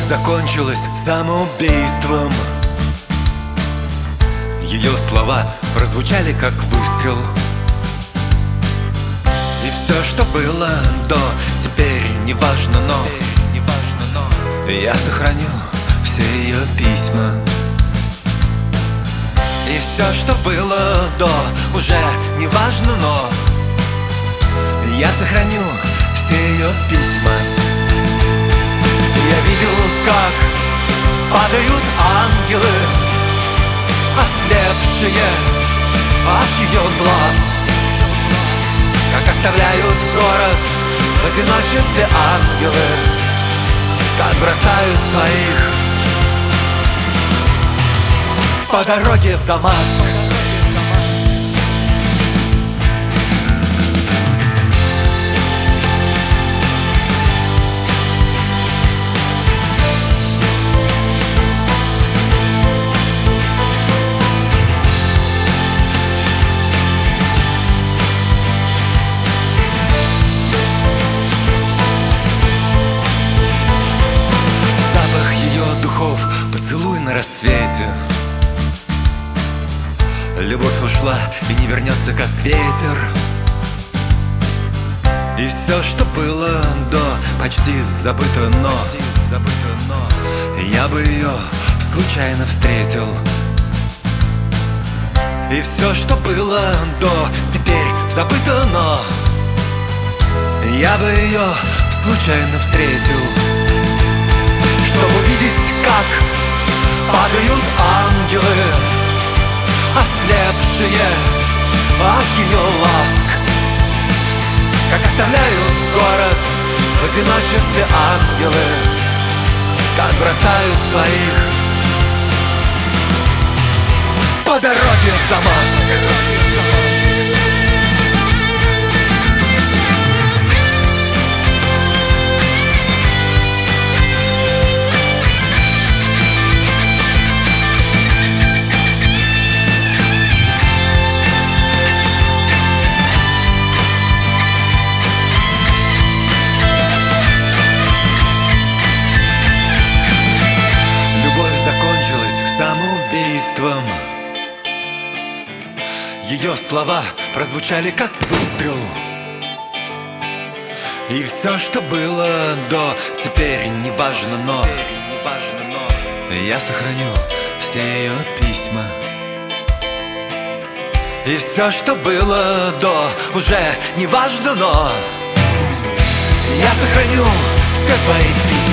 закончилась самоубийством. Ее слова прозвучали как выстрел. И все, что было до, теперь не важно, но я сохраню все ее письма. И все, что было до, уже не важно, но я сохраню все ее письма. Я видел, как падают ангелы, ослепшие от ее глаз, как оставляют город в одиночестве ангелы, как бросают своих по дороге в Дамаск. Поцелуй на рассвете. Любовь ушла и не вернется, как ветер. И все, что было до, почти забыто, но я бы ее случайно встретил. И все, что было до, теперь забыто, но я бы ее случайно встретил. Чтобы увидеть, как падают ангелы, ослепшие от ее ласк, как оставляют город в одиночестве ангелы, как бросают своих по дороге в Дамаск. Самоубийством. Ее слова прозвучали как выстрел. И все, что было до, теперь не важно, но я сохраню все ее письма. И все, что было до, уже не важно, но я сохраню все твои письма.